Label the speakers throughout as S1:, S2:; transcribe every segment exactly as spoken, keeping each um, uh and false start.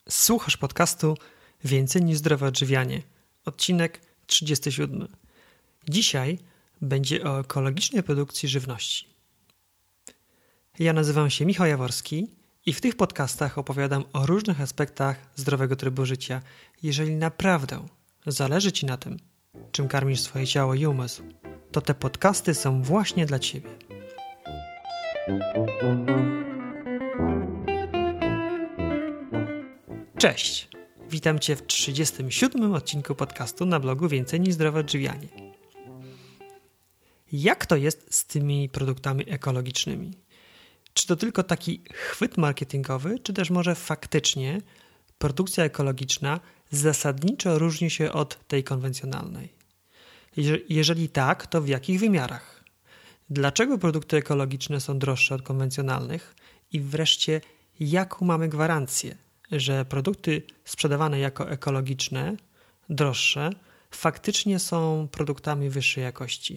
S1: Słuchasz podcastu Więcej niż zdrowe odżywianie, odcinek trzydziesty siódmy. Dzisiaj będzie o ekologicznej produkcji żywności. Ja nazywam się Michał Jaworski i w tych podcastach opowiadam o różnych aspektach zdrowego trybu życia. Jeżeli naprawdę zależy Ci na tym, czym karmisz swoje ciało i umysł, to te podcasty są właśnie dla Ciebie. Cześć! Witam Cię w trzydziestym siódmym odcinku podcastu na blogu Więcej niż zdrowe odżywianie. Jak to jest z tymi produktami ekologicznymi? Czy to tylko taki chwyt marketingowy, czy też może faktycznie produkcja ekologiczna zasadniczo różni się od tej konwencjonalnej? Jeżeli tak, to w jakich wymiarach? Dlaczego produkty ekologiczne są droższe od konwencjonalnych? I wreszcie, jaką mamy gwarancję, że produkty sprzedawane jako ekologiczne, droższe, faktycznie są produktami wyższej jakości?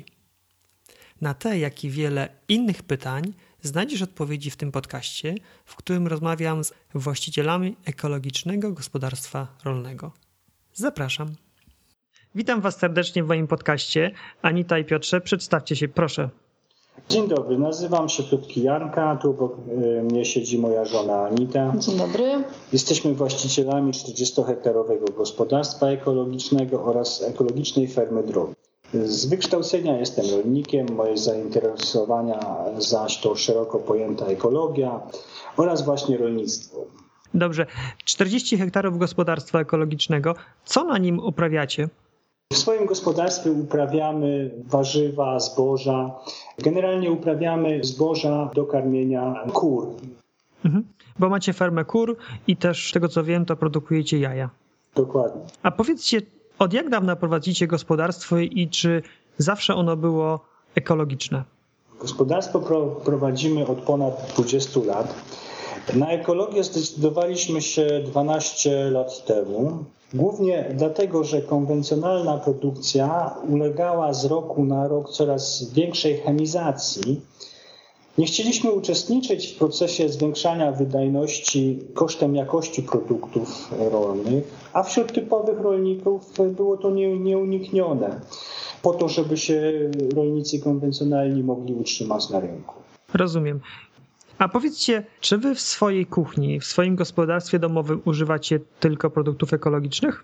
S1: Na te, jak i wiele innych pytań znajdziesz odpowiedzi w tym podcaście, w którym rozmawiam z właścicielami ekologicznego gospodarstwa rolnego. Zapraszam. Witam Was serdecznie w moim podcaście. Anita i Piotrze, przedstawcie się proszę.
S2: Dzień dobry, nazywam się Piotr Kijanka, tu obok mnie siedzi moja żona Anita.
S3: Dzień dobry.
S2: Jesteśmy właścicielami czterdziestohektarowego gospodarstwa ekologicznego oraz ekologicznej fermy drobnej. Z wykształcenia jestem rolnikiem, moje zainteresowania zaś to szeroko pojęta ekologia oraz właśnie rolnictwo.
S1: Dobrze, czterdzieści hektarów gospodarstwa ekologicznego, co na nim uprawiacie?
S2: W swoim gospodarstwie uprawiamy warzywa, zboża. Generalnie uprawiamy zboża do karmienia kur.
S1: Mhm. Bo macie fermę kur i też, z tego co wiem, to produkujecie jaja.
S2: Dokładnie.
S1: A powiedzcie, od jak dawna prowadzicie gospodarstwo i czy zawsze ono było ekologiczne?
S2: Gospodarstwo pro, prowadzimy od ponad dwudziestu lat. Na ekologię zdecydowaliśmy się dwanaście lat temu. Głównie dlatego, że konwencjonalna produkcja ulegała z roku na rok coraz większej chemizacji. Nie chcieliśmy uczestniczyć w procesie zwiększania wydajności kosztem jakości produktów rolnych, a wśród typowych rolników było to nie, nieuniknione, po to, żeby się rolnicy konwencjonalni mogli utrzymać na rynku.
S1: Rozumiem. A powiedzcie, czy wy w swojej kuchni, w swoim gospodarstwie domowym używacie tylko produktów ekologicznych?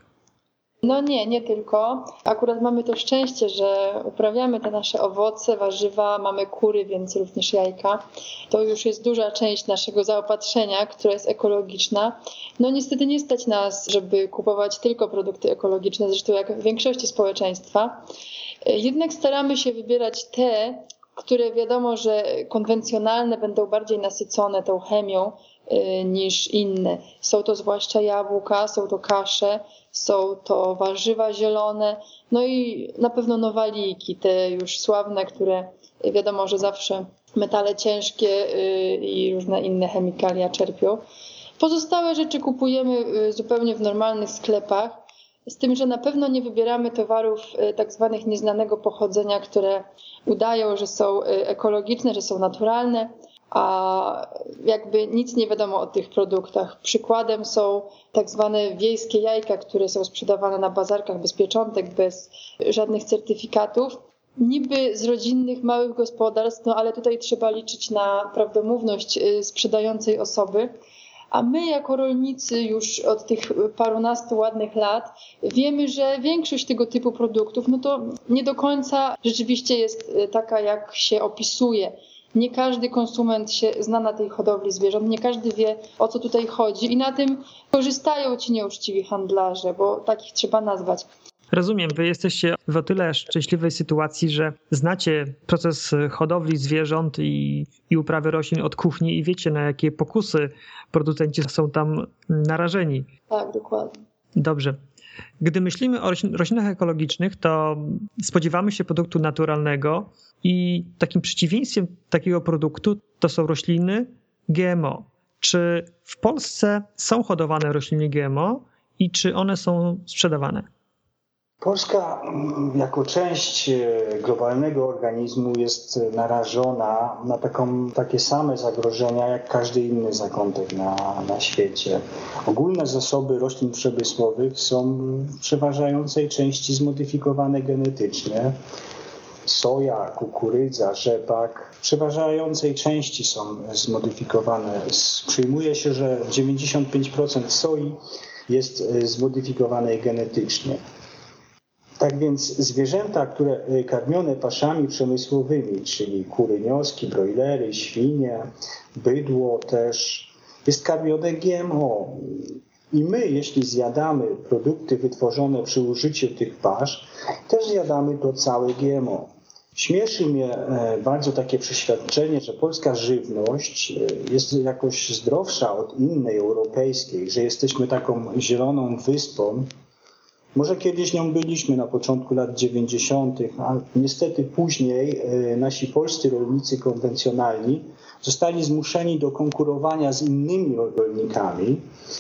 S3: No nie, nie tylko. Akurat mamy to szczęście, że uprawiamy te nasze owoce, warzywa, mamy kury, więc również jajka. To już jest duża część naszego zaopatrzenia, która jest ekologiczna. No niestety nie stać nas, żeby kupować tylko produkty ekologiczne, zresztą jak w większości społeczeństwa. Jednak staramy się wybierać te, które wiadomo, że konwencjonalne będą bardziej nasycone tą chemią y, niż inne. Są to zwłaszcza jabłka, są to kasze, są to warzywa zielone, no i na pewno nowaliki, te już sławne, które wiadomo, że zawsze metale ciężkie y, i różne inne chemikalia czerpią. Pozostałe rzeczy kupujemy y, zupełnie w normalnych sklepach. Z tym, że na pewno nie wybieramy towarów tak zwanych nieznanego pochodzenia, które udają, że są ekologiczne, że są naturalne, a jakby nic nie wiadomo o tych produktach. Przykładem są tak zwane wiejskie jajka, które są sprzedawane na bazarkach bez pieczątek, bez żadnych certyfikatów. Niby z rodzinnych, małych gospodarstw, no ale tutaj trzeba liczyć na prawdomówność sprzedającej osoby. A my jako rolnicy już od tych parunastu ładnych lat wiemy, że większość tego typu produktów no to nie do końca rzeczywiście jest taka, jak się opisuje. Nie każdy konsument się zna na tej hodowli zwierząt, nie każdy wie, o co tutaj chodzi i na tym korzystają ci nieuczciwi handlarze, bo takich trzeba nazwać.
S1: Rozumiem, wy jesteście w o tyle szczęśliwej sytuacji, że znacie proces hodowli zwierząt i, i uprawy roślin od kuchni i wiecie, na jakie pokusy producenci są tam narażeni.
S3: Tak, dokładnie.
S1: Dobrze. Gdy myślimy o roślinach ekologicznych, to spodziewamy się produktu naturalnego i takim przeciwieństwem takiego produktu to są rośliny G M O. Czy w Polsce są hodowane rośliny G M O i czy one są sprzedawane?
S2: Polska jako część globalnego organizmu jest narażona na taką, takie same zagrożenia jak każdy inny zakątek na, na świecie. Ogólne zasoby roślin przemysłowych są w przeważającej części zmodyfikowane genetycznie. Soja, kukurydza, rzepak w przeważającej części są zmodyfikowane. Przyjmuje się, że dziewięćdziesiąt pięć procent soi jest zmodyfikowanej genetycznie. Tak więc zwierzęta, które karmione paszami przemysłowymi, czyli kury nioski, brojlery, świnie, bydło też, jest karmione G M O. I my, jeśli zjadamy produkty wytworzone przy użyciu tych pasz, też zjadamy to całe G M O. Śmieszy mnie bardzo takie przeświadczenie, że polska żywność jest jakoś zdrowsza od innej europejskiej, że jesteśmy taką zieloną wyspą. Może kiedyś nią byliśmy na początku lat dziewięćdziesiątych, a niestety później nasi polscy rolnicy konwencjonalni zostali zmuszeni do konkurowania z innymi rolnikami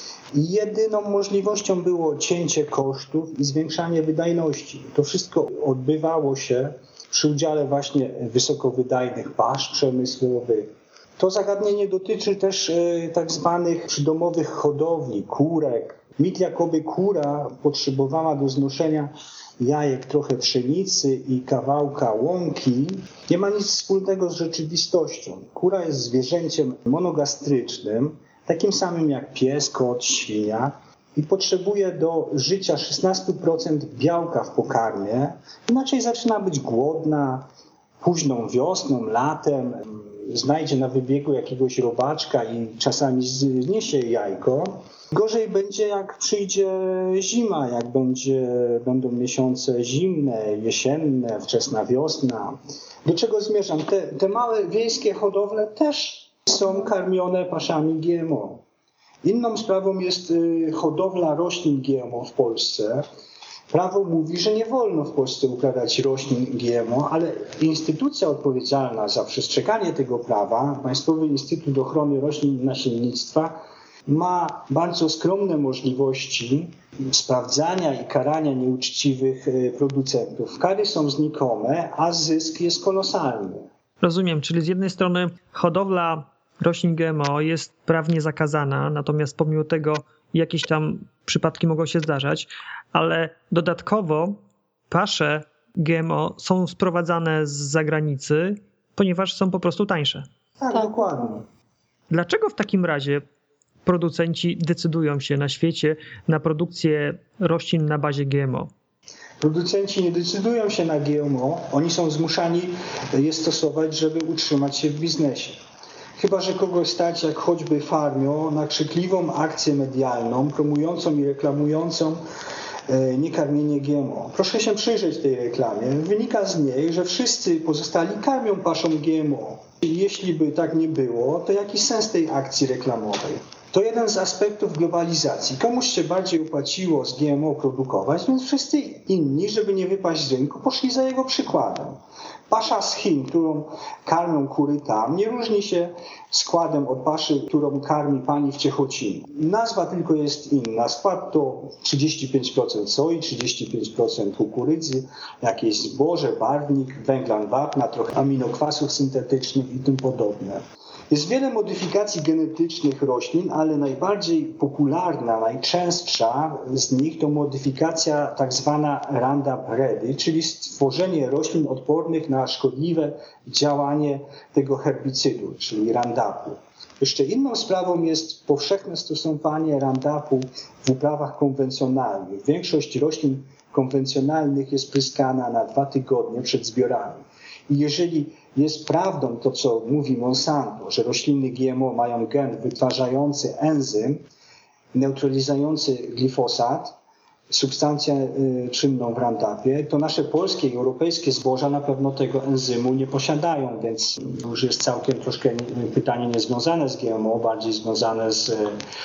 S2: i jedyną możliwością było cięcie kosztów i zwiększanie wydajności. To wszystko odbywało się przy udziale właśnie wysokowydajnych pasz przemysłowych. To zagadnienie dotyczy też tak zwanych przydomowych hodowli, kurek. Mit, jakoby kura potrzebowała do znoszenia jajek trochę pszenicy i kawałka łąki, nie ma nic wspólnego z rzeczywistością. Kura jest zwierzęciem monogastrycznym, takim samym jak pies, kot, świnia i potrzebuje do życia szesnaście procent białka w pokarmie, inaczej zaczyna być głodna późną wiosną, latem, znajdzie na wybiegu jakiegoś robaczka i czasami zniesie jajko. Gorzej będzie, jak przyjdzie zima, jak będzie, będą miesiące zimne, jesienne, wczesna wiosna. Do czego zmierzam? Te, te małe wiejskie hodowle też są karmione paszami G M O. Inną sprawą jest hodowla roślin G M O w Polsce. Prawo mówi, że nie wolno w Polsce uprawiać roślin G M O, ale instytucja odpowiedzialna za przestrzeganie tego prawa, Państwowy Instytut Ochrony Roślin i Nasiennictwa, ma bardzo skromne możliwości sprawdzania i karania nieuczciwych producentów. Kary są znikome, a zysk jest kolosalny.
S1: Rozumiem, czyli z jednej strony hodowla roślin G M O jest prawnie zakazana, natomiast pomimo tego jakieś tam przypadki mogą się zdarzać, ale dodatkowo pasze G M O są sprowadzane z zagranicy, ponieważ są po prostu tańsze.
S2: Tak, tak, dokładnie.
S1: Dlaczego w takim razie producenci decydują się na świecie na produkcję roślin na bazie G M O?
S2: Producenci nie decydują się na G M O, oni są zmuszani je stosować, żeby utrzymać się w biznesie. Chyba że kogoś stać, jak choćby Farmio, na krzykliwą akcję medialną promującą i reklamującą niekarmienie G M O. Proszę się przyjrzeć tej reklamie. Wynika z niej, że wszyscy pozostali karmią paszą G M O. Jeśli by tak nie było, to jaki sens tej akcji reklamowej? To jeden z aspektów globalizacji. Komuś się bardziej opłaciło z G M O produkować, więc wszyscy inni, żeby nie wypaść z rynku, poszli za jego przykładem. Pasza z Chin, którą karmią kury tam, nie różni się składem od paszy, którą karmi pani w Ciechocinie. Nazwa tylko jest inna. Skład to trzydzieści pięć procent soi, trzydzieści pięć procent kukurydzy, jakieś zboże, barwnik, węglan wapna, trochę aminokwasów syntetycznych i tym podobne. Jest wiele modyfikacji genetycznych roślin, ale najbardziej popularna, najczęstsza z nich to modyfikacja tak zwana Roundup Ready, czyli stworzenie roślin odpornych na szkodliwe działanie tego herbicydu, czyli Roundupu. Jeszcze inną sprawą jest powszechne stosowanie Roundupu w uprawach konwencjonalnych. Większość roślin konwencjonalnych jest pryskana na dwa tygodnie przed zbiorami. I jeżeli jest prawdą to, co mówi Monsanto, że rośliny G M O mają gen wytwarzający enzym neutralizujący glifosat, substancję czynną w Roundupie, to nasze polskie i europejskie zboża na pewno tego enzymu nie posiadają, więc już jest całkiem troszkę pytanie niezwiązane z G M O, bardziej związane z,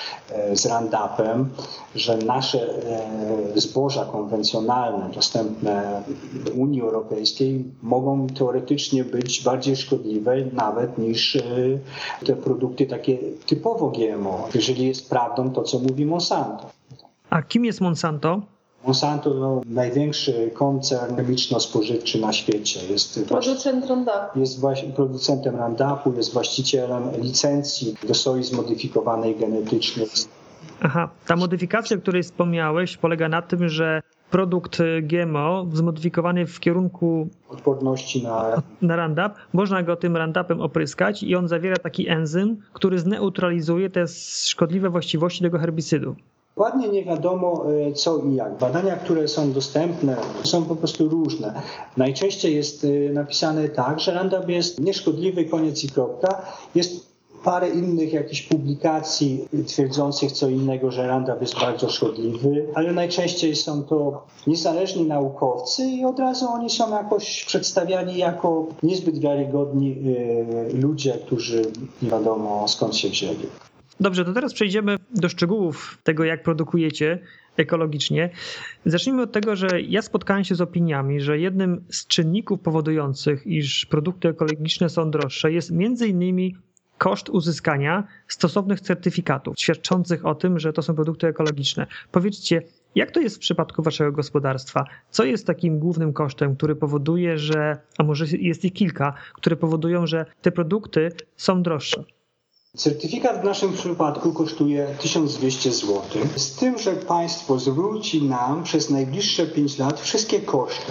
S2: z Roundupem, że nasze zboża konwencjonalne dostępne w Unii Europejskiej mogą teoretycznie być bardziej szkodliwe nawet niż te produkty takie typowo G M O, jeżeli jest prawdą to, co mówi Monsanto.
S1: A kim jest Monsanto?
S2: Monsanto to największy koncern chemiczno-spożywczy na świecie. Jest
S3: producent Roundupu.
S2: Jest właśnie producentem Roundupu, jest właścicielem licencji do soi zmodyfikowanej genetycznie.
S1: Aha, ta modyfikacja, o której wspomniałeś, polega na tym, że produkt G M O zmodyfikowany w kierunku
S2: odporności na,
S1: na Roundup, można go tym Roundupem opryskać i on zawiera taki enzym, który zneutralizuje te szkodliwe właściwości tego herbicydu.
S2: Dokładnie nie wiadomo co i jak. Badania, które są dostępne, są po prostu różne. Najczęściej jest napisane tak, że Roundup jest nieszkodliwy, koniec i kropka. Jest parę innych jakichś publikacji twierdzących co innego, że Roundup jest bardzo szkodliwy, ale najczęściej są to niezależni naukowcy i od razu oni są jakoś przedstawiani jako niezbyt wiarygodni ludzie, którzy nie wiadomo skąd się wzięli.
S1: Dobrze, to teraz przejdziemy do szczegółów tego, jak produkujecie ekologicznie. Zacznijmy od tego, że ja spotkałem się z opiniami, że jednym z czynników powodujących, iż produkty ekologiczne są droższe, jest między innymi koszt uzyskania stosownych certyfikatów świadczących o tym, że to są produkty ekologiczne. Powiedzcie, jak to jest w przypadku waszego gospodarstwa? Co jest takim głównym kosztem, który powoduje, że, a może jest ich kilka, które powodują, że te produkty są droższe?
S2: Certyfikat w naszym przypadku kosztuje tysiąc dwieście złotych, z tym, że państwo zwróci nam przez najbliższe pięć lat wszystkie koszty.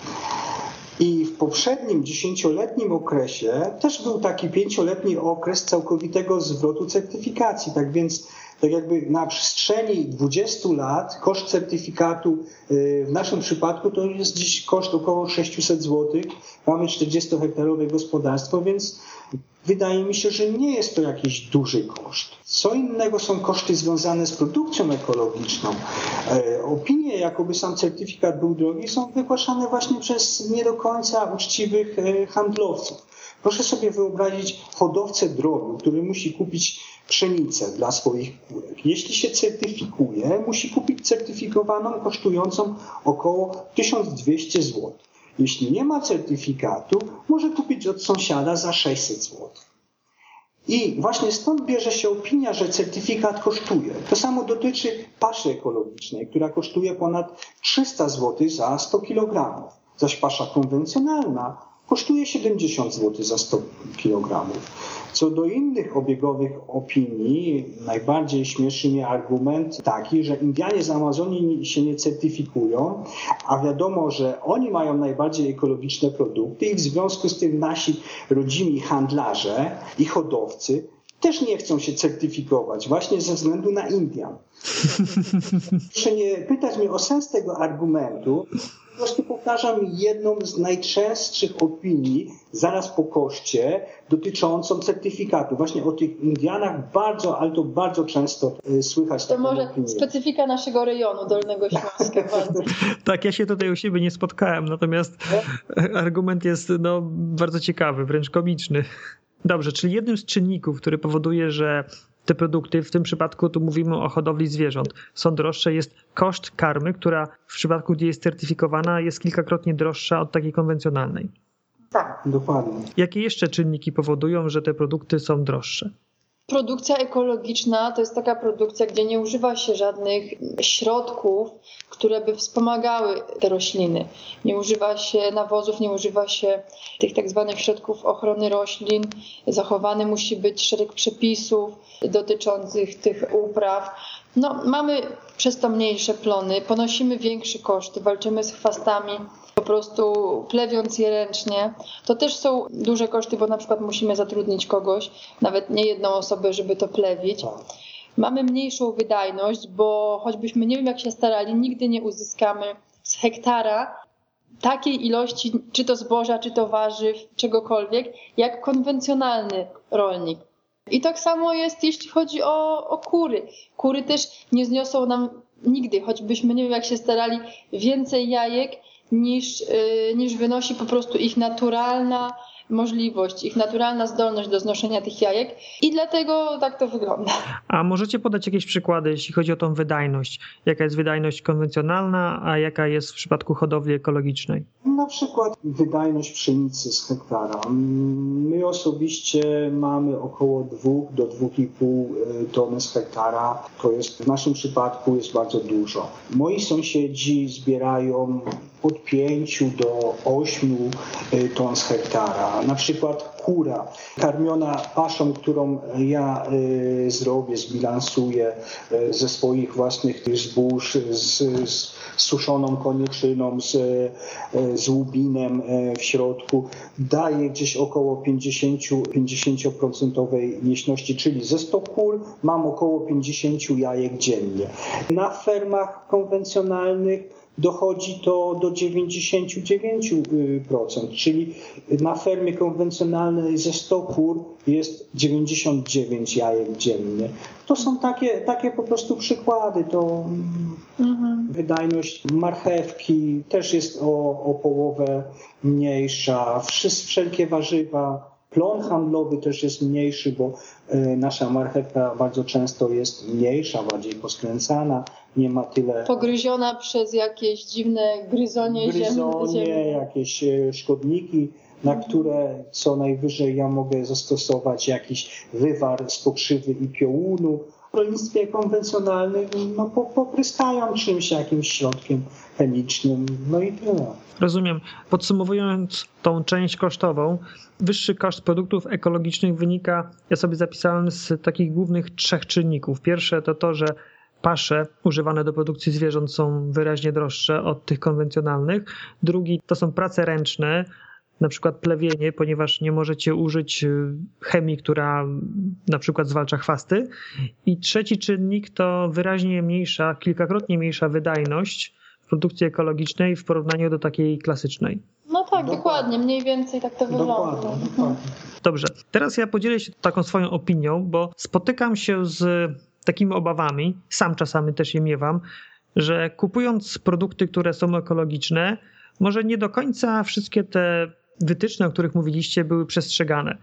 S2: I w poprzednim dziesięcioletnim okresie też był taki pięcioletni okres całkowitego zwrotu certyfikacji. Tak więc tak jakby na przestrzeni dwudziestu lat koszt certyfikatu w naszym przypadku to jest dziś koszt około sześćset złotych. Mamy czterdziestohektarowe gospodarstwo, więc wydaje mi się, że nie jest to jakiś duży koszt. Co innego są koszty związane z produkcją ekologiczną. E, opinie, jakoby sam certyfikat był drogi, są wygłaszane właśnie przez nie do końca uczciwych e, handlowców. Proszę sobie wyobrazić hodowcę drobiu, który musi kupić pszenicę dla swoich kurek. Jeśli się certyfikuje, musi kupić certyfikowaną kosztującą około tysiąc dwieście złotych. Jeśli nie ma certyfikatu, może kupić od sąsiada za sześćset złotych. I właśnie stąd bierze się opinia, że certyfikat kosztuje. To samo dotyczy paszy ekologicznej, która kosztuje ponad trzysta złotych za sto kilogramów. Zaś pasza konwencjonalna kosztuje siedemdziesiąt złotych za sto kilogramów. Co do innych obiegowych opinii, najbardziej śmieszy mnie argument taki, że Indianie z Amazonii się nie certyfikują, a wiadomo, że oni mają najbardziej ekologiczne produkty i w związku z tym nasi rodzimi handlarze i hodowcy też nie chcą się certyfikować właśnie ze względu na Indian. Proszę nie pytać mnie o sens tego argumentu. Po prostu powtarzam jedną z najczęstszych opinii zaraz po koszcie dotyczącą certyfikatu. Właśnie o tych Indianach bardzo, ale to bardzo często słychać taką opinię.
S3: To może specyfika naszego rejonu Dolnego Śląska.
S1: Tak, ja się tutaj u siebie nie spotkałem, natomiast argument jest no, bardzo ciekawy, wręcz komiczny. Dobrze, czyli jednym z czynników, który powoduje, że te produkty, w tym przypadku tu mówimy o hodowli zwierząt, są droższe, jest koszt karmy, która w przypadku, gdzie jest certyfikowana, jest kilkakrotnie droższa od takiej konwencjonalnej.
S3: Tak.
S2: Dokładnie.
S1: Jakie jeszcze czynniki powodują, że te produkty są droższe?
S3: Produkcja ekologiczna to jest taka produkcja, gdzie nie używa się żadnych środków, które by wspomagały te rośliny. Nie używa się nawozów, nie używa się tych tak zwanych środków ochrony roślin. Zachowany musi być szereg przepisów dotyczących tych upraw. No, mamy przez to mniejsze plony, ponosimy większe koszty, walczymy z chwastami, po prostu plewiąc je ręcznie. To też są duże koszty, bo na przykład musimy zatrudnić kogoś, nawet nie jedną osobę, żeby to plewić. Mamy mniejszą wydajność, bo choćbyśmy nie wiem jak się starali, nigdy nie uzyskamy z hektara takiej ilości, czy to zboża, czy to warzyw, czegokolwiek, jak konwencjonalny rolnik. I tak samo jest, jeśli chodzi o, o kury. Kury też nie zniosą nam nigdy, choćbyśmy nie wiem jak się starali, więcej jajek niż, yy, niż wynosi po prostu ich naturalna możliwość, ich naturalna zdolność do znoszenia tych jajek i dlatego tak to wygląda.
S1: A możecie podać jakieś przykłady, jeśli chodzi o tą wydajność? Jaka jest wydajność konwencjonalna, a jaka jest w przypadku hodowli ekologicznej?
S2: Na przykład wydajność pszenicy z hektara. My osobiście mamy około dwa do dwóch i pół tony z hektara. To jest w naszym przypadku jest bardzo dużo. Moi sąsiedzi zbierają od pięciu do ośmiu ton z hektara. Na przykład kura karmiona paszą, którą ja y, zrobię, zbilansuję y, ze swoich własnych zbóż, z, z suszoną koniczyną, z, y, z łubinem y, w środku, daje gdzieś około pięćdziesiąt procent mięśności, czyli ze stu kur mam około pięćdziesiąt jajek dziennie. Na fermach konwencjonalnych dochodzi to do dziewięćdziesiąt dziewięć procent, czyli na fermie konwencjonalnej ze stu kur jest dziewięćdziesiąt dziewięć jajek dziennie. To są takie, takie po prostu przykłady. To mhm. Wydajność marchewki też jest o, o połowę mniejsza. Wszystkie, wszelkie warzywa. Plon handlowy też jest mniejszy, bo nasza marchewka bardzo często jest mniejsza, bardziej poskręcana, nie ma tyle...
S3: Pogryziona przez jakieś dziwne gryzonie,
S2: gryzonie ziemi. Jakieś szkodniki, na mhm. które co najwyżej ja mogę zastosować jakiś wywar z pokrzywy i piołunu. W rolnictwie konwencjonalnym no, popryskają czymś, jakimś środkiem chemicznym, no i tyle.
S1: Rozumiem. Podsumowując tą część kosztową, wyższy koszt produktów ekologicznych wynika, ja sobie zapisałem, z takich głównych trzech czynników. Pierwsze to to, że pasze używane do produkcji zwierząt są wyraźnie droższe od tych konwencjonalnych. Drugi to są prace ręczne, na przykład plewienie, ponieważ nie możecie użyć chemii, która na przykład zwalcza chwasty. I trzeci czynnik to wyraźnie mniejsza, kilkakrotnie mniejsza wydajność w produkcji ekologicznej w porównaniu do takiej klasycznej.
S3: No tak, dokładnie, dokładnie. Mniej więcej tak to wygląda.
S2: Dokładnie, dokładnie.
S1: Dobrze, teraz ja podzielę się taką swoją opinią, bo spotykam się z takimi obawami, sam czasami też je miewam, że kupując produkty, które są ekologiczne, może nie do końca wszystkie te wytyczne, o których mówiliście, były przestrzegane.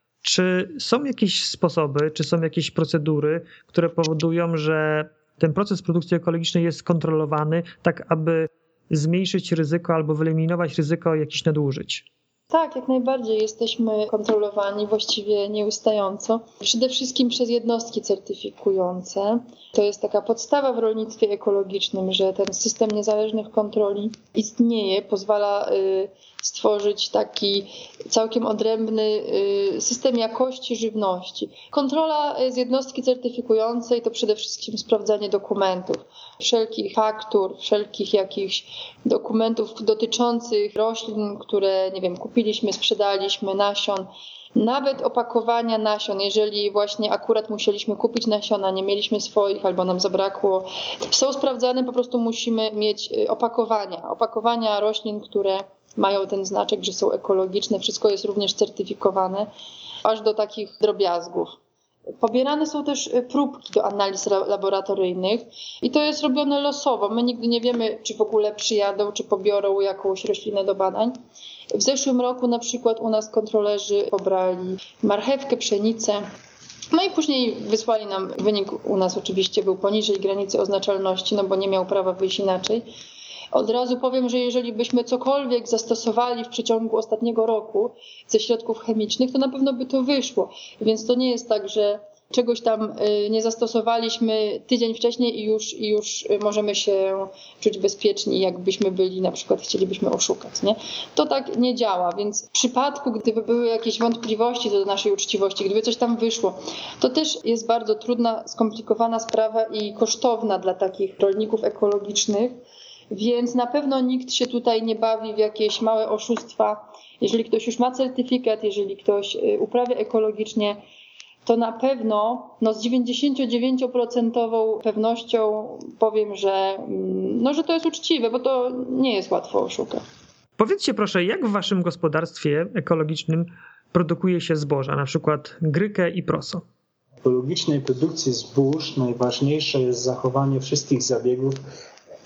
S1: Czy są jakieś sposoby, czy są jakieś procedury, które powodują, że ten proces produkcji ekologicznej jest kontrolowany, tak aby zmniejszyć ryzyko albo wyeliminować ryzyko jakichś nadużyć?
S3: Tak, jak najbardziej jesteśmy kontrolowani właściwie nieustająco. Przede wszystkim przez jednostki certyfikujące. To jest taka podstawa w rolnictwie ekologicznym, że ten system niezależnych kontroli istnieje, pozwala stworzyć taki całkiem odrębny system jakości żywności. Kontrola z jednostki certyfikującej to przede wszystkim sprawdzanie dokumentów, wszelkich faktur, wszelkich jakichś dokumentów dotyczących roślin, które, nie wiem, kupiliśmy, sprzedaliśmy, nasion, nawet opakowania nasion, jeżeli właśnie akurat musieliśmy kupić nasiona, nie mieliśmy swoich albo nam zabrakło, są sprawdzane, po prostu musimy mieć opakowania, opakowania roślin, które mają ten znaczek, że są ekologiczne, wszystko jest również certyfikowane, aż do takich drobiazgów. Pobierane są też próbki do analiz laboratoryjnych i to jest robione losowo. My nigdy nie wiemy, czy w ogóle przyjadą, czy pobiorą jakąś roślinę do badań. W zeszłym roku na przykład u nas kontrolerzy pobrali marchewkę, pszenicę. No i później wysłali nam wynik, u nas oczywiście był poniżej granicy oznaczalności, no bo nie miał prawa wyjść inaczej. Od razu powiem, że jeżeli byśmy cokolwiek zastosowali w przeciągu ostatniego roku ze środków chemicznych, to na pewno by to wyszło. Więc to nie jest tak, że czegoś tam nie zastosowaliśmy tydzień wcześniej i już, i już możemy się czuć bezpieczni, jakbyśmy byli, na przykład chcielibyśmy oszukać. Nie? To tak nie działa, więc w przypadku, gdyby były jakieś wątpliwości co do naszej uczciwości, gdyby coś tam wyszło, to też jest bardzo trudna, skomplikowana sprawa i kosztowna dla takich rolników ekologicznych. Więc na pewno nikt się tutaj nie bawi w jakieś małe oszustwa. Jeżeli ktoś już ma certyfikat, jeżeli ktoś uprawia ekologicznie, to na pewno no z dziewięćdziesiąt dziewięć procent pewnością powiem, że, no, że to jest uczciwe, bo to nie jest łatwo oszukać.
S1: Powiedzcie proszę, jak w waszym gospodarstwie ekologicznym produkuje się zboża, na przykład grykę i proso?
S2: W ekologicznej produkcji zbóż najważniejsze jest zachowanie wszystkich zabiegów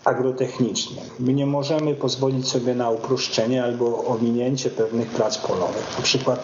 S2: agrotechnicznych. My nie możemy pozwolić sobie na uproszczenie albo ominięcie pewnych prac polowych. Na przykład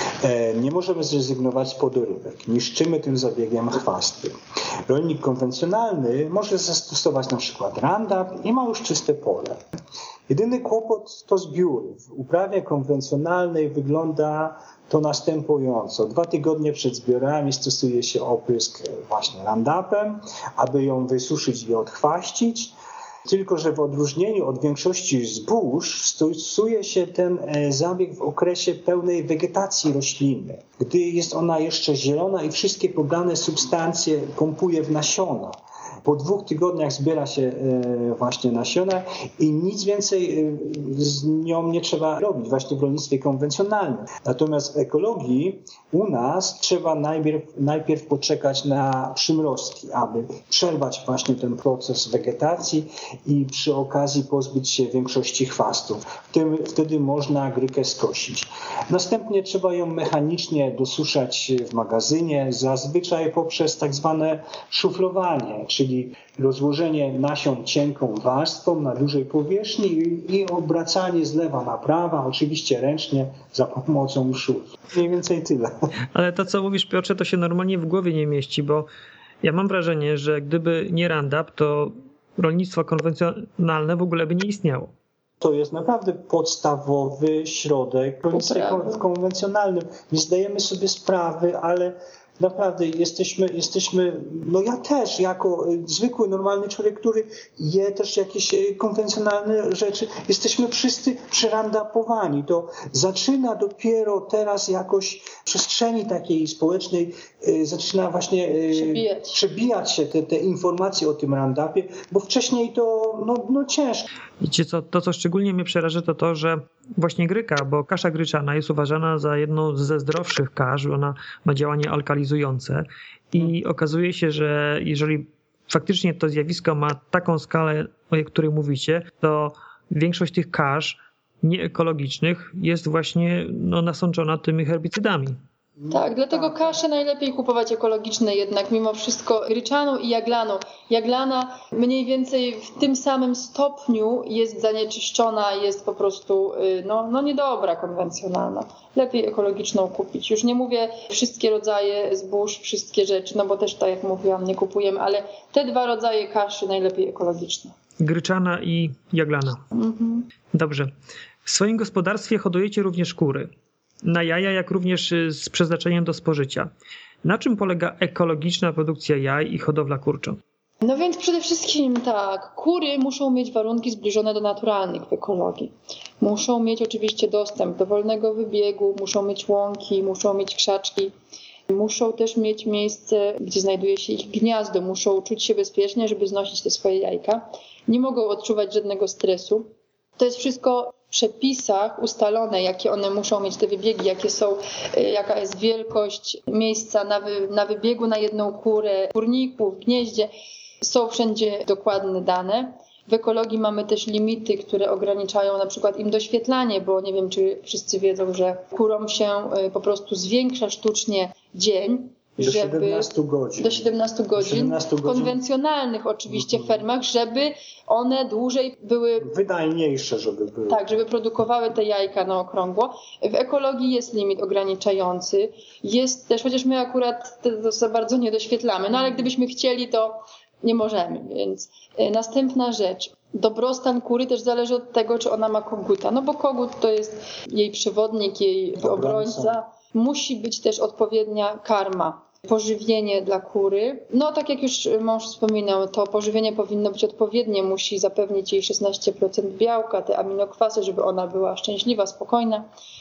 S2: e, nie możemy zrezygnować z podorywek. Niszczymy tym zabiegiem chwasty. Rolnik konwencjonalny może zastosować na przykład Roundup i ma już czyste pole. Jedyny kłopot to zbiór. W uprawie konwencjonalnej wygląda to następująco. Dwa tygodnie przed zbiorami stosuje się oprysk właśnie Roundupem, aby ją wysuszyć i odchwaścić. Tylko że w odróżnieniu od większości zbóż stosuje się ten zabieg w okresie pełnej wegetacji rośliny, gdy jest ona jeszcze zielona i wszystkie pobrane substancje pompuje w nasiona. Po dwóch tygodniach zbiera się właśnie nasiona i nic więcej z nią nie trzeba robić właśnie w rolnictwie konwencjonalnym. Natomiast w ekologii u nas trzeba najpierw, najpierw poczekać na przymrozki, aby przerwać właśnie ten proces wegetacji i przy okazji pozbyć się większości chwastów. Wtedy, wtedy można grykę skosić. Następnie trzeba ją mechanicznie dosuszać w magazynie, zazwyczaj poprzez tak zwane szuflowanie, czyli rozłożenie nasion cienką warstwą na dużej powierzchni i obracanie z lewa na prawa, oczywiście ręcznie za pomocą szuf. Mniej więcej tyle.
S1: Ale to, co mówisz, Piotrze, to się normalnie w głowie nie mieści, bo ja mam wrażenie, że gdyby nie Roundup, to rolnictwo konwencjonalne w ogóle by nie istniało.
S2: To jest naprawdę podstawowy środek rolnictwa konwencjonalnym. Nie zdajemy sobie sprawy, ale naprawdę jesteśmy, jesteśmy, no ja też jako zwykły, normalny człowiek, który je też jakieś konwencjonalne rzeczy, jesteśmy wszyscy przerandapowani. To zaczyna dopiero teraz jakoś w przestrzeni takiej społecznej zaczyna właśnie
S3: przebijać,
S2: przebijać się te, te informacje o tym Roundupie, bo wcześniej to no, no ciężko.
S1: Wiecie co, to co szczególnie mnie przeraża, to to, że właśnie gryka, bo kasza gryczana jest uważana za jedną ze zdrowszych kasz, ona ma działanie alkalizujące i okazuje się, że jeżeli faktycznie to zjawisko ma taką skalę, o której mówicie, to większość tych kasz nieekologicznych jest właśnie no, nasączona tymi herbicydami.
S3: Tak, dlatego kaszę najlepiej kupować ekologiczne jednak, mimo wszystko gryczaną i jaglaną. Jaglana mniej więcej w tym samym stopniu jest zanieczyszczona, jest po prostu no, no niedobra, konwencjonalna. Lepiej ekologiczną kupić. Już nie mówię wszystkie rodzaje zbóż, wszystkie rzeczy, no bo też tak jak mówiłam, nie kupujemy, ale te dwa rodzaje kaszy najlepiej ekologiczne.
S1: Gryczana i jaglana. Mhm. Dobrze. W swoim gospodarstwie hodujecie również kury. Na jaja, jak również z przeznaczeniem do spożycia. Na czym polega ekologiczna produkcja jaj i hodowla kurcza?
S3: No więc przede wszystkim tak, kury muszą mieć warunki zbliżone do naturalnych w ekologii. Muszą mieć oczywiście dostęp do wolnego wybiegu, muszą mieć łąki, muszą mieć krzaczki. Muszą też mieć miejsce, gdzie znajduje się ich gniazdo. Muszą czuć się bezpiecznie, żeby znosić te swoje jajka. Nie mogą odczuwać żadnego stresu. To jest wszystko w przepisach ustalone, jakie one muszą mieć te wybiegi, jakie są, jaka jest wielkość miejsca na, wy, na wybiegu na jedną kurę, w kurniku, w gnieździe. Są wszędzie dokładne dane. W ekologii mamy też limity, które ograniczają na przykład im doświetlanie, bo nie wiem, czy wszyscy wiedzą, że kurom się po prostu zwiększa sztucznie dzień.
S2: Do
S3: żeby,
S2: siedemnastu godzin.
S3: Do siedemnastu godzin. siedemnastu godzin. W konwencjonalnych oczywiście mhm. fermach, żeby one dłużej były...
S2: Wydajniejsze, żeby były.
S3: Tak, żeby produkowały te jajka na okrągło. W ekologii jest limit ograniczający. Jest też, chociaż my akurat to za bardzo nie doświetlamy, no ale gdybyśmy chcieli, to nie możemy. Więc następna rzecz. Dobrostan kury też zależy od tego, czy ona ma koguta. No bo kogut to jest jej przewodnik, jej obrońca. Musi być też odpowiednia karma. Pożywienie dla kury. No tak jak już mąż wspominał, to pożywienie powinno być odpowiednie. Musi zapewnić jej szesnaście procent białka, te aminokwasy, żeby ona była szczęśliwa, spokojna.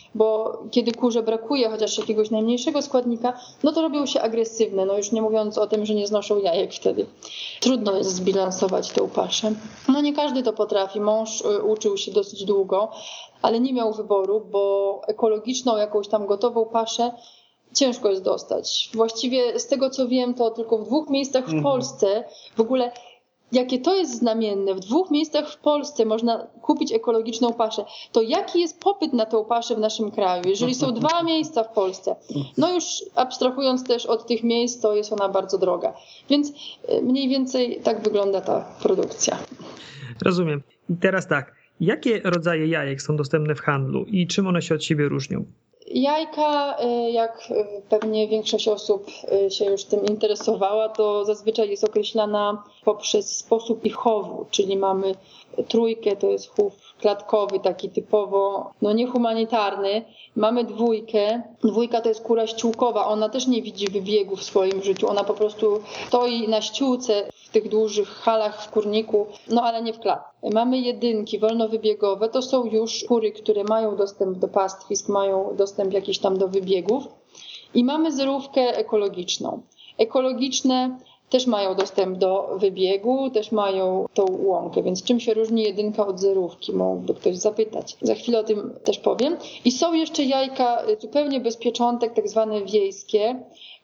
S3: Bo kiedy kurze brakuje chociaż jakiegoś najmniejszego składnika, no to robią się agresywne. No już nie mówiąc o tym, że nie znoszą jajek wtedy. Trudno jest zbilansować tę paszę. No nie każdy to potrafi. Mąż uczył się dosyć długo, ale nie miał wyboru, bo ekologiczną jakąś tam gotową paszę ciężko jest dostać. Właściwie z tego co wiem, to tylko w dwóch miejscach w mhm. Polsce, w ogóle jakie to jest znamienne, w dwóch miejscach w Polsce można kupić ekologiczną paszę, to jaki jest popyt na tą paszę w naszym kraju? Jeżeli są dwa miejsca w Polsce, no już abstrahując też od tych miejsc, to jest ona bardzo droga. Więc mniej więcej tak wygląda ta produkcja.
S1: Rozumiem. I teraz tak, jakie rodzaje jajek są dostępne w handlu i czym one się od siebie różnią?
S3: Jajka, jak pewnie większość osób się już tym interesowała, to zazwyczaj jest określana poprzez sposób ich chowu, czyli mamy trójkę, to jest chów klatkowy, taki typowo no niehumanitarny. Mamy dwójkę. Dwójka to jest kura ściółkowa. Ona też nie widzi wybiegu w swoim życiu. Ona po prostu stoi na ściółce w tych dużych halach w kurniku, no ale nie w klatce. Mamy jedynki wolnowybiegowe. To są już kury, które mają dostęp do pastwisk, mają dostęp jakiś tam do wybiegów. I mamy zerówkę ekologiczną. Ekologiczne też mają dostęp do wybiegu, też mają tą łąkę, więc czym się różni jedynka od zerówki, mógłby ktoś zapytać. Za chwilę o tym też powiem. I są jeszcze jajka zupełnie bez pieczątek, tak zwane wiejskie,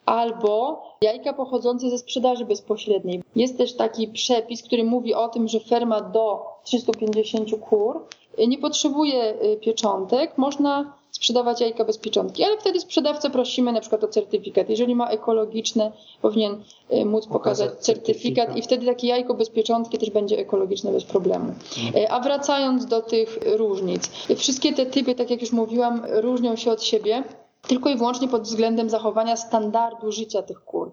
S3: albo jajka pochodzące ze sprzedaży bezpośredniej. Jest też taki przepis, który mówi o tym, że ferma do trzystu pięćdziesięciu kur nie potrzebuje pieczątek, można sprzedawać jajka bez pieczątki, ale wtedy sprzedawcę prosimy na przykład o certyfikat. Jeżeli ma ekologiczne, powinien móc pokazać certyfikat i wtedy takie jajko bez pieczątki też będzie ekologiczne bez problemu. A wracając do tych różnic. Wszystkie te typy, tak jak już mówiłam, różnią się od siebie tylko i wyłącznie pod względem zachowania standardu życia tych kur,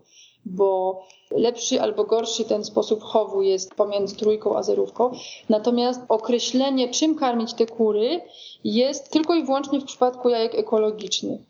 S3: bo lepszy albo gorszy ten sposób chowu jest pomiędzy trójką a zerówką. Natomiast określenie, czym karmić te kury, jest tylko i wyłącznie w przypadku jajek ekologicznych,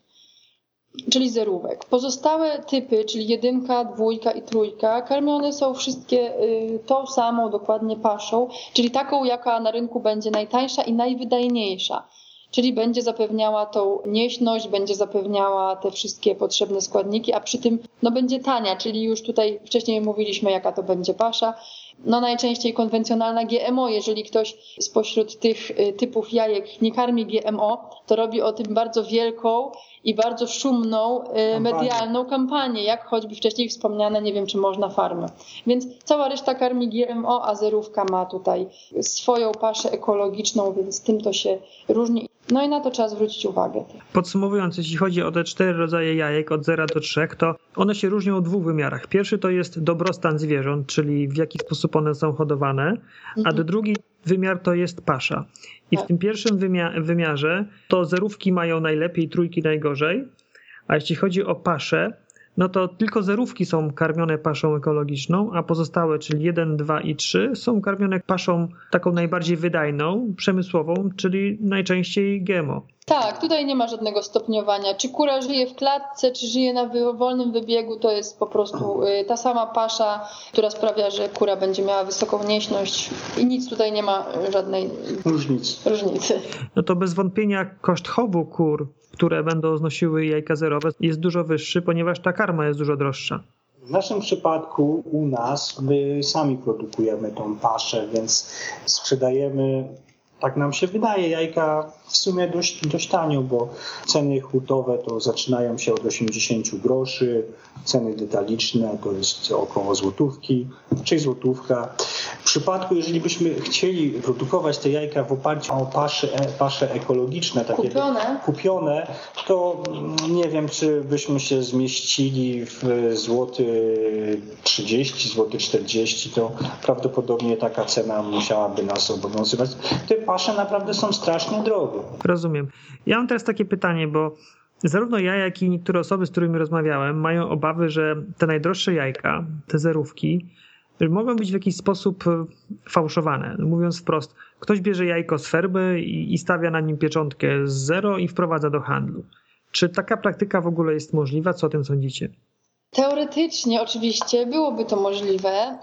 S3: czyli zerówek. Pozostałe typy, czyli jedynka, dwójka i trójka, karmione są wszystkie tą samą dokładnie paszą, czyli taką, jaka na rynku będzie najtańsza i najwydajniejsza. Czyli będzie zapewniała tą nieśność, będzie zapewniała te wszystkie potrzebne składniki, a przy tym no, będzie tania, czyli już tutaj wcześniej mówiliśmy, jaka to będzie pasza. No najczęściej konwencjonalna G M O. Jeżeli ktoś spośród tych typów jajek nie karmi G M O, to robi o tym bardzo wielką i bardzo szumną medialną kampanię, jak choćby wcześniej wspomniane, nie wiem czy można farmy. Więc cała reszta karmi G M O, a zerówka ma tutaj swoją paszę ekologiczną, więc tym to się różni. No i na to trzeba zwrócić uwagę.
S1: Podsumowując, jeśli chodzi o te cztery rodzaje jajek od zera do trzech, to one się różnią w dwóch wymiarach. Pierwszy to jest dobrostan zwierząt, czyli w jaki sposób one są hodowane, mhm. a drugi wymiar to jest pasza. I tak. w tym pierwszym wymiar- wymiarze to zerówki mają najlepiej, trójki najgorzej, a jeśli chodzi o paszę, no to tylko zerówki są karmione paszą ekologiczną, a pozostałe, czyli jeden, dwa i trzy są karmione paszą taką najbardziej wydajną, przemysłową, czyli najczęściej G M O.
S3: Tak, tutaj nie ma żadnego stopniowania. Czy kura żyje w klatce, czy żyje na wolnym wybiegu, to jest po prostu ta sama pasza, która sprawia, że kura będzie miała wysoką nieśność i nic tutaj nie ma żadnej
S2: różnicy.
S3: różnicy.
S1: No to bez wątpienia koszt chowu kur, które będą znosiły jajka zerowe, jest dużo wyższy, ponieważ ta karma jest dużo droższa.
S2: W naszym przypadku u nas my sami produkujemy tą paszę, więc sprzedajemy, tak nam się wydaje, jajka w sumie dość, dość tanio, bo ceny hurtowe to zaczynają się od osiemdziesięciu groszy, ceny detaliczne to jest około złotówki, czy złotówka. W przypadku, jeżeli byśmy chcieli produkować te jajka w oparciu o pasze, pasze ekologiczne, takie
S3: kupione.
S2: kupione, to nie wiem, czy byśmy się zmieścili w złoty trzydzieści, złoty czterdzieści, to prawdopodobnie taka cena musiałaby nas obowiązywać. Te pasze naprawdę są strasznie drogie.
S1: Rozumiem. Ja mam teraz takie pytanie, bo zarówno ja, jak i niektóre osoby, z którymi rozmawiałem, mają obawy, że te najdroższe jajka, te zerówki, mogą być w jakiś sposób fałszowane. Mówiąc wprost, ktoś bierze jajko z fermy i stawia na nim pieczątkę z zero i wprowadza do handlu. Czy taka praktyka w ogóle jest możliwa? Co o tym sądzicie?
S3: Teoretycznie oczywiście byłoby to możliwe,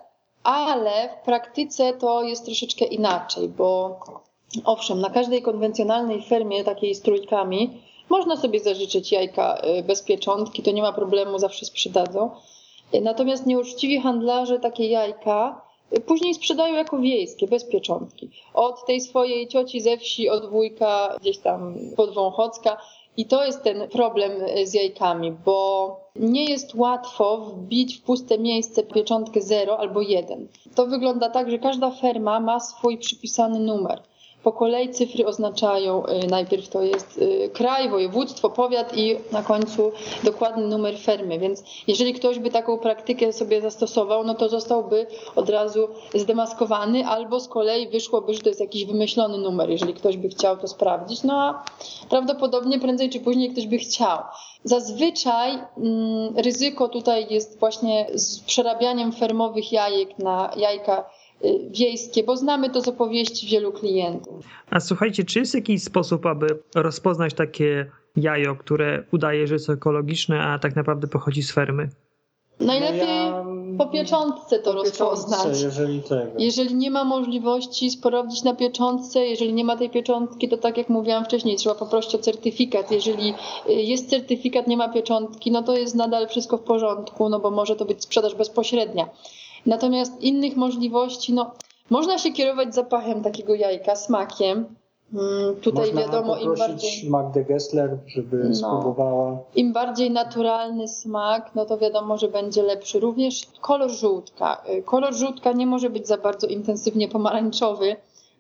S3: ale w praktyce to jest troszeczkę inaczej, bo owszem, na każdej konwencjonalnej fermie, takiej z trójkami, można sobie zażyczyć jajka bez pieczątki, to nie ma problemu, zawsze sprzedadzą. Natomiast nieuczciwi handlarze takie jajka później sprzedają jako wiejskie, bez pieczątki. Od tej swojej cioci ze wsi, od wujka gdzieś tam pod Wąchocka. I to jest ten problem z jajkami, bo nie jest łatwo wbić w puste miejsce pieczątkę zero albo jeden. To wygląda tak, że każda ferma ma swój przypisany numer. po kolei cyfry oznaczają, najpierw to jest kraj, województwo, powiat i na końcu dokładny numer fermy, więc jeżeli ktoś by taką praktykę sobie zastosował, no to zostałby od razu zdemaskowany, albo z kolei wyszłoby, że to jest jakiś wymyślony numer, jeżeli ktoś by chciał to sprawdzić, no a prawdopodobnie prędzej czy później ktoś by chciał. Zazwyczaj mm, ryzyko tutaj jest właśnie z przerabianiem fermowych jajek na jajka wiejskie, bo znamy to z opowieści wielu klientów.
S1: A słuchajcie, czy jest jakiś sposób, aby rozpoznać takie jajo, które udaje, że jest ekologiczne, a tak naprawdę pochodzi z fermy?
S3: Najlepiej
S2: no ja,
S3: po pieczątce to
S2: po
S3: rozpoznać.
S2: Pieczątce, jeżeli, tego.
S3: jeżeli nie ma możliwości sprawdzić na pieczątce, jeżeli nie ma tej pieczątki, to tak jak mówiłam wcześniej, trzeba poprosić o certyfikat. Jeżeli jest certyfikat, nie ma pieczątki, no to jest nadal wszystko w porządku, no bo może to być sprzedaż bezpośrednia. Natomiast innych możliwości, no można się kierować zapachem takiego jajka, smakiem. Tutaj
S2: można
S3: wiadomo, im bardziej
S2: Magdę Gessler, żeby no, spróbowała.
S3: Im bardziej naturalny smak, no to wiadomo, że będzie lepszy. Również kolor żółtka. Kolor żółtka nie może być za bardzo intensywnie pomarańczowy,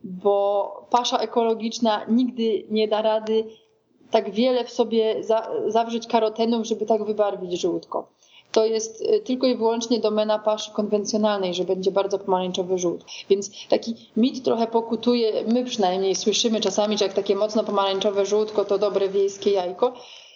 S3: bo pasza ekologiczna nigdy nie da rady tak wiele w sobie za, zawrzeć karotenów, żeby tak wybarwić żółtko. To jest tylko i wyłącznie domena paszy konwencjonalnej, że będzie bardzo pomarańczowy żółt. Więc taki mit trochę pokutuje, my przynajmniej słyszymy czasami, że jak takie mocno pomarańczowe żółtko to dobre wiejskie jajko.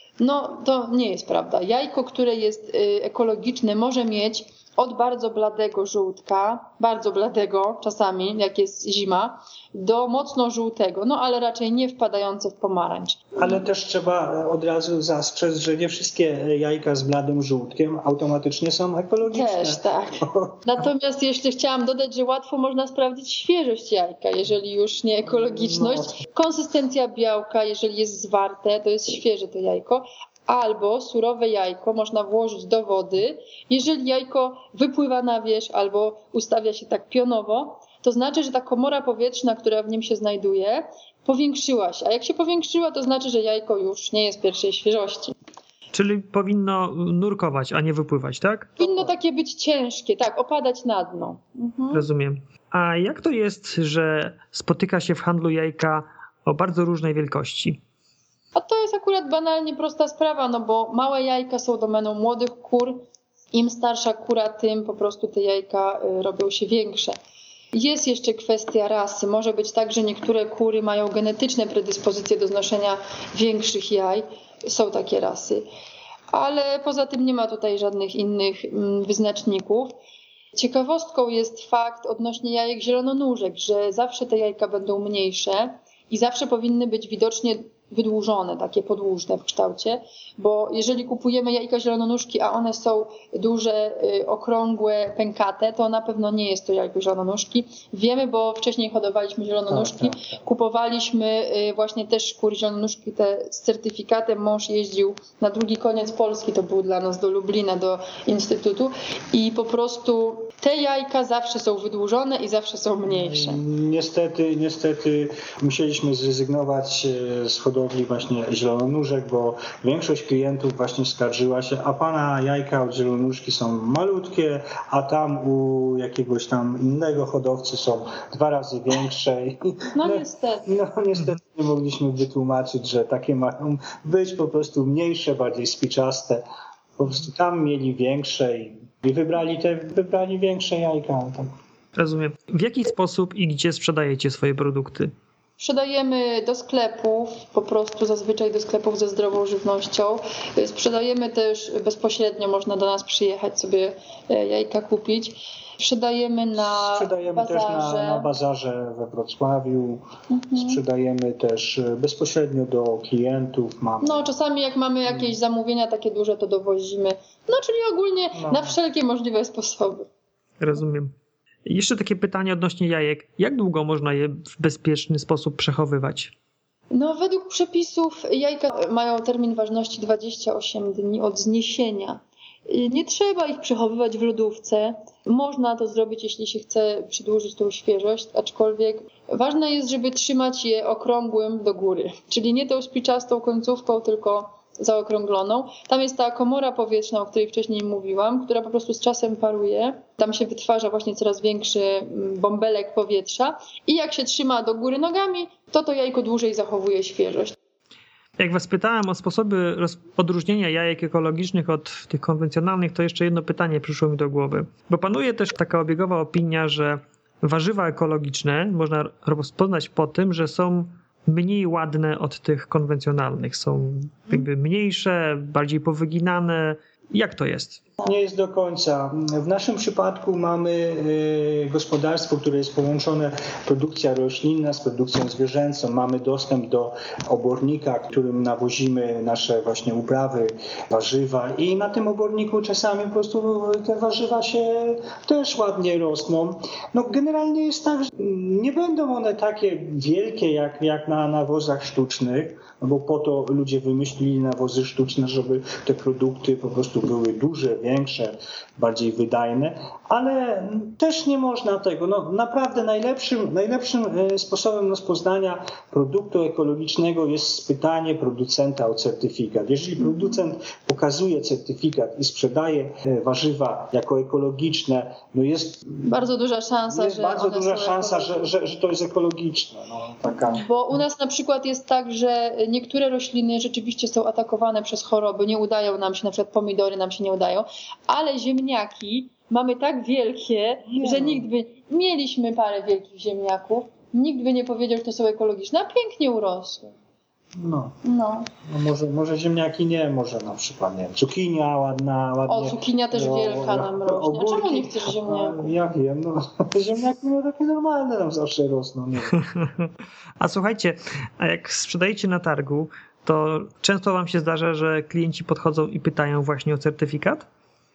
S3: No to nie jest prawda. Jajko, które jest ekologiczne, może mieć od bardzo bladego żółtka, bardzo bladego czasami, jak jest zima, do mocno żółtego, no ale raczej nie wpadające w pomarańcz.
S2: Ale też trzeba od razu zastrzec, że nie wszystkie jajka z bladym żółtkiem automatycznie są ekologiczne.
S3: Też, tak. Natomiast jeszcze chciałam dodać, że łatwo można sprawdzić świeżość jajka, jeżeli już nie ekologiczność. Konsystencja białka, jeżeli jest zwarte, to jest świeże to jajko. Albo surowe jajko można włożyć do wody. Jeżeli jajko wypływa na wierzch albo ustawia się tak pionowo, to znaczy, że ta komora powietrzna, która w nim się znajduje, powiększyła się. A jak się powiększyła, to znaczy, że jajko już nie jest pierwszej świeżości.
S1: Czyli powinno nurkować, a nie wypływać, tak?
S3: Powinno takie być ciężkie, tak, opadać na dno. Mhm.
S1: Rozumiem. A jak to jest, że spotyka się w handlu jajka o bardzo różnej wielkości?
S3: A to jest akurat banalnie prosta sprawa, no bo małe jajka są domeną młodych kur. Im starsza kura, tym po prostu te jajka robią się większe. Jest jeszcze kwestia rasy. Może być tak, że niektóre kury mają genetyczne predyspozycje do znoszenia większych jaj. Są takie rasy. Ale poza tym nie ma tutaj żadnych innych wyznaczników. Ciekawostką jest fakt odnośnie jajek zielononóżek, że zawsze te jajka będą mniejsze i zawsze powinny być widocznie wydłużone, takie podłużne w kształcie, bo jeżeli kupujemy jajka zielononóżki, a one są duże, okrągłe, pękate, to na pewno nie jest to jajko zielononóżki. Wiemy, bo wcześniej hodowaliśmy zielononóżki, tak, tak, tak. Kupowaliśmy właśnie też kury zielononóżki te z certyfikatem. Mąż jeździł na drugi koniec Polski, to był dla nas do Lublina, do Instytutu i po prostu te jajka zawsze są wydłużone i zawsze są mniejsze.
S2: Niestety, niestety musieliśmy zrezygnować z hodowli właśnie zielononóżek, bo większość klientów właśnie skarżyła się, a pana jajka od zielonóżki są malutkie, a tam u jakiegoś tam innego hodowcy są dwa razy większe. I
S3: no, no niestety.
S2: No niestety nie mogliśmy wytłumaczyć, że takie mają być po prostu mniejsze, bardziej spiczaste. Po prostu tam mieli większe i wybrali te wybrali większe jajka. Tak.
S1: Rozumiem. W jaki sposób i gdzie sprzedajecie swoje produkty?
S3: Sprzedajemy do sklepów, po prostu zazwyczaj do sklepów ze zdrową żywnością. Sprzedajemy też bezpośrednio, można do nas przyjechać sobie jajka kupić. Sprzedajemy na
S2: Sprzedajemy
S3: bazarze.
S2: też na, na bazarze we Wrocławiu. Mhm. Sprzedajemy też bezpośrednio do klientów. Mamy.
S3: No czasami jak mamy jakieś zamówienia takie duże, to dowozimy. No czyli ogólnie no. na wszelkie możliwe sposoby.
S1: Rozumiem. Jeszcze takie pytanie odnośnie jajek. Jak długo można je w bezpieczny sposób przechowywać?
S3: No według przepisów jajka mają termin ważności dwadzieścia osiem dni od zniesienia. Nie trzeba ich przechowywać w lodówce. Można to zrobić, jeśli się chce przedłużyć tą świeżość, aczkolwiek ważne jest, żeby trzymać je okrągłym do góry. Czyli nie tą spiczastą końcówką, tylko zaokrągloną. Tam jest ta komora powietrzna, o której wcześniej mówiłam, która po prostu z czasem paruje. Tam się wytwarza właśnie coraz większy bąbelek powietrza i jak się trzyma do góry nogami, to to jajko dłużej zachowuje świeżość.
S1: Jak was pytałem o sposoby roz- odróżnienia jajek ekologicznych od tych konwencjonalnych, to jeszcze jedno pytanie przyszło mi do głowy. Bo panuje też taka obiegowa opinia, że warzywa ekologiczne można rozpoznać po tym, że są mniej ładne od tych konwencjonalnych. Są jakby mniejsze, bardziej powyginane. Jak to jest?
S2: Nie jest do końca. W naszym przypadku mamy gospodarstwo, które jest połączone, produkcja roślinna z produkcją zwierzęcą. Mamy dostęp do obornika, którym nawozimy nasze właśnie uprawy, warzywa i na tym oborniku czasami po prostu te warzywa się też ładnie rosną. No generalnie jest tak, że nie będą one takie wielkie jak, jak na nawozach sztucznych, no bo po to ludzie wymyślili nawozy sztuczne, żeby te produkty po prostu były duże, większe, bardziej wydajne, ale też nie można tego. No, naprawdę najlepszym, najlepszym sposobem rozpoznania produktu ekologicznego jest spytanie producenta o certyfikat. Jeżeli producent pokazuje certyfikat i sprzedaje warzywa jako ekologiczne, no jest
S3: bardzo duża szansa,
S2: jest
S3: że
S2: bardzo duża szansa, że, że, że to jest ekologiczne. No, taka.
S3: Bo u nas na przykład jest tak, że niektóre rośliny rzeczywiście są atakowane przez choroby, nie udają nam się, na przykład pomidory nam się nie udają, ale ziemniaki mamy tak wielkie, nie. że nikt by, mieliśmy parę wielkich ziemniaków, nikt by nie powiedział, że to są ekologiczne, a pięknie urosły.
S2: No.
S3: No.
S2: no może, może ziemniaki nie, może na przykład nie. Cukinia ładna, ładnie.
S3: O, cukinia też no, wielka nam rośnie. Ogórki, a czemu nie chcesz ziemniaków?
S2: Ja wiem, no ziemniaki no takie normalne nam zawsze rosną. Nie?
S1: A słuchajcie, a jak sprzedajecie na targu, to często wam się zdarza, że klienci podchodzą i pytają właśnie o certyfikat?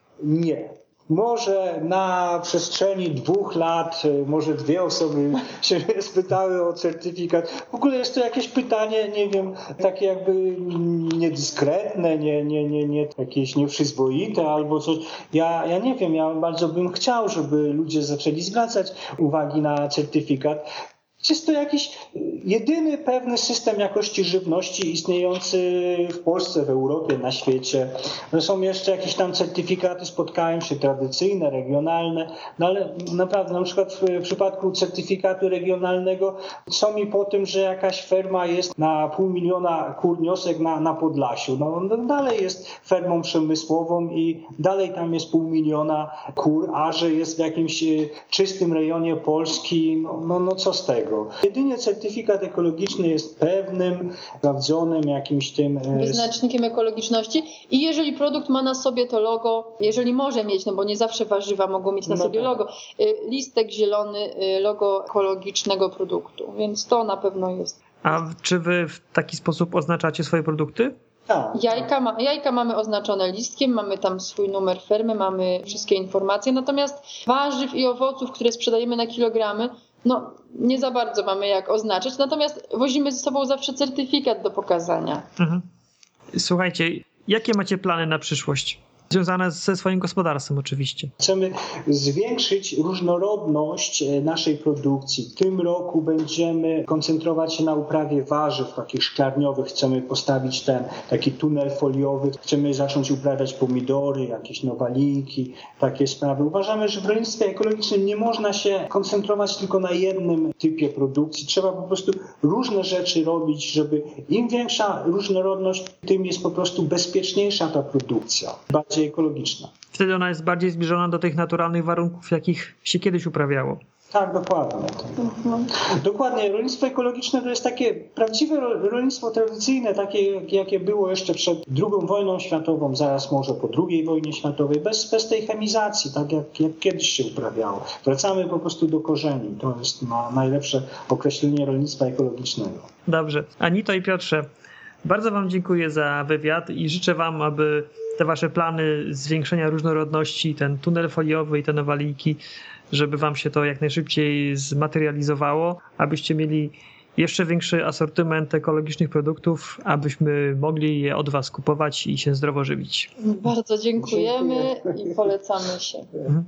S2: Nie. Może na przestrzeni dwóch lat, może dwie osoby się spytały o certyfikat. W ogóle jest to jakieś pytanie, nie wiem, takie jakby niedyskretne, nie, nie, nie, nie, jakieś nieprzyzwoite albo coś. Ja, ja nie wiem, ja bardzo bym chciał, żeby ludzie zaczęli zwracać uwagi na certyfikat. Jest to jakiś jedyny pewny system jakości żywności istniejący w Polsce, w Europie, na świecie. No są jeszcze jakieś tam certyfikaty, spotkałem się, tradycyjne, regionalne, no ale naprawdę na przykład w przypadku certyfikatu regionalnego są mi po tym, że jakaś ferma jest na pół miliona kur niosek na, na Podlasiu. No, no dalej jest fermą przemysłową i dalej tam jest pół miliona kur, a że jest w jakimś czystym rejonie Polski, no, no, no co z tego? Jedynie certyfikat ekologiczny jest pewnym, sprawdzonym jakimś tym
S3: wyznacznikiem ekologiczności i jeżeli produkt ma na sobie to logo, jeżeli może mieć, no bo nie zawsze warzywa mogą mieć na no sobie tak. logo, listek zielony, logo ekologicznego produktu, więc to na pewno jest.
S1: A czy wy w taki sposób oznaczacie swoje produkty?
S2: Tak.
S3: Jajka, ma, jajka mamy oznaczone listkiem, mamy tam swój numer fermy, mamy wszystkie informacje, natomiast warzyw i owoców, które sprzedajemy na kilogramy, no nie za bardzo mamy jak oznaczyć, natomiast wozimy ze sobą zawsze certyfikat do pokazania.
S1: Mhm. Słuchajcie, jakie macie plany na przyszłość? Związane ze swoim gospodarstwem oczywiście.
S2: Chcemy zwiększyć różnorodność naszej produkcji. W tym roku będziemy koncentrować się na uprawie warzyw takich szklarniowych. Chcemy postawić ten taki tunel foliowy. Chcemy zacząć uprawiać pomidory, jakieś nowalinki, takie sprawy. Uważamy, że w rolnictwie ekologicznym nie można się koncentrować tylko na jednym typie produkcji. Trzeba po prostu różne rzeczy robić, żeby im większa różnorodność, tym jest po prostu bezpieczniejsza ta produkcja. Bardziej ekologiczna.
S1: Wtedy ona jest bardziej zbliżona do tych naturalnych warunków, jakich się kiedyś uprawiało.
S2: Tak, dokładnie. Mhm. Dokładnie. Rolnictwo ekologiczne to jest takie prawdziwe rolnictwo tradycyjne, takie jakie było jeszcze przed drugą wojną światową, zaraz może po drugiej wojnie światowej, bez, bez tej chemizacji, tak jak, jak kiedyś się uprawiało. Wracamy po prostu do korzeni. To jest ma najlepsze określenie rolnictwa ekologicznego.
S1: Dobrze. Anito i Piotrze, bardzo wam dziękuję za wywiad i życzę wam, aby te wasze plany zwiększenia różnorodności, ten tunel foliowy i te nowalijki, żeby wam się to jak najszybciej zmaterializowało, abyście mieli jeszcze większy asortyment ekologicznych produktów, abyśmy mogli je od was kupować i się zdrowo żywić.
S3: Bardzo dziękujemy Dziękuję. I polecamy się.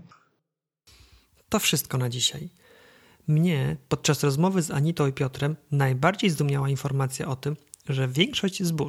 S1: To wszystko na dzisiaj. Mnie podczas rozmowy z Anitą i Piotrem najbardziej zdumiała informacja o tym, że większość zbóż,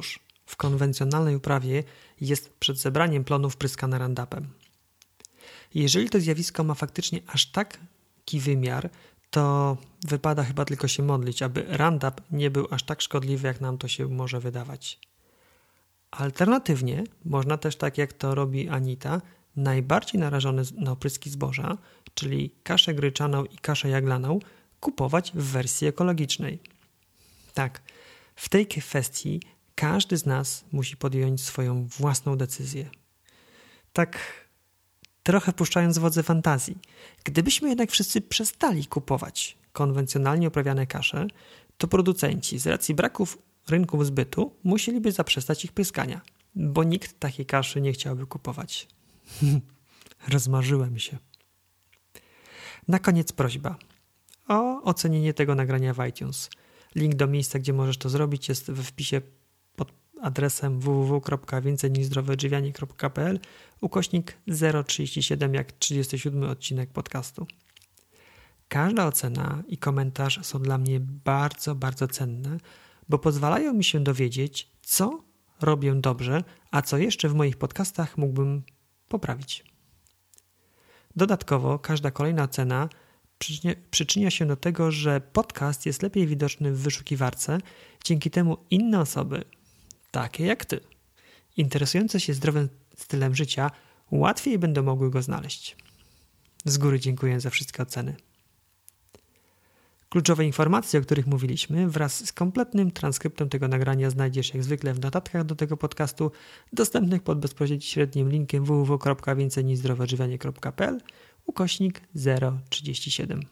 S1: w konwencjonalnej uprawie jest przed zebraniem plonów pryskane Roundupem. Jeżeli to zjawisko ma faktycznie aż taki wymiar, to wypada chyba tylko się modlić, aby Roundup nie był aż tak szkodliwy, jak nam to się może wydawać. Alternatywnie można też, tak jak to robi Anita, najbardziej narażony na opryski zboża, czyli kaszę gryczaną i kaszę jaglaną, kupować w wersji ekologicznej. Tak, w tej kwestii każdy z nas musi podjąć swoją własną decyzję. Tak trochę puszczając wodze fantazji. Gdybyśmy jednak wszyscy przestali kupować konwencjonalnie uprawiane kasze, to producenci z racji braków rynków zbytu musieliby zaprzestać ich pryskania, bo nikt takiej kaszy nie chciałby kupować. Rozmarzyłem się. Na koniec prośba o ocenienie tego nagrania w iTunes. Link do miejsca, gdzie możesz to zrobić, jest we wpisie pod adresem w w w kropka więcej niż zdrowe odżywianie kropka p l ukośnik zero trzydzieści siedem jak trzydziesty siódmy odcinek podcastu. Każda ocena i komentarz są dla mnie bardzo, bardzo cenne, bo pozwalają mi się dowiedzieć, co robię dobrze, a co jeszcze w moich podcastach mógłbym poprawić. Dodatkowo każda kolejna ocena przyczynia, przyczynia się do tego, że podcast jest lepiej widoczny w wyszukiwarce, dzięki temu inne osoby, takie jak ty, interesujące się zdrowym stylem życia, łatwiej będą mogły go znaleźć. Z góry dziękuję za wszystkie oceny. Kluczowe informacje, o których mówiliśmy, wraz z kompletnym transkryptem tego nagrania znajdziesz jak zwykle w notatkach do tego podcastu, dostępnych pod bezpośrednim linkiem w w w kropka więcej niż zdrowe odżywianie kropka p l ukośnik zero trzydzieści siedem.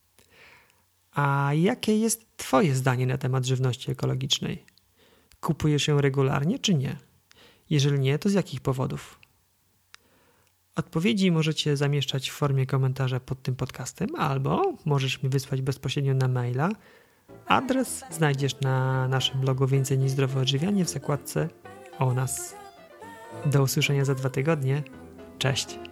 S1: A jakie jest twoje zdanie na temat żywności ekologicznej? Kupujesz ją regularnie czy nie? Jeżeli nie, to z jakich powodów? Odpowiedzi możecie zamieszczać w formie komentarza pod tym podcastem albo możesz mi wysłać bezpośrednio na maila. Adres znajdziesz na naszym blogu Więcej niż zdrowe odżywianie w zakładce o nas. Do usłyszenia za dwa tygodnie. Cześć!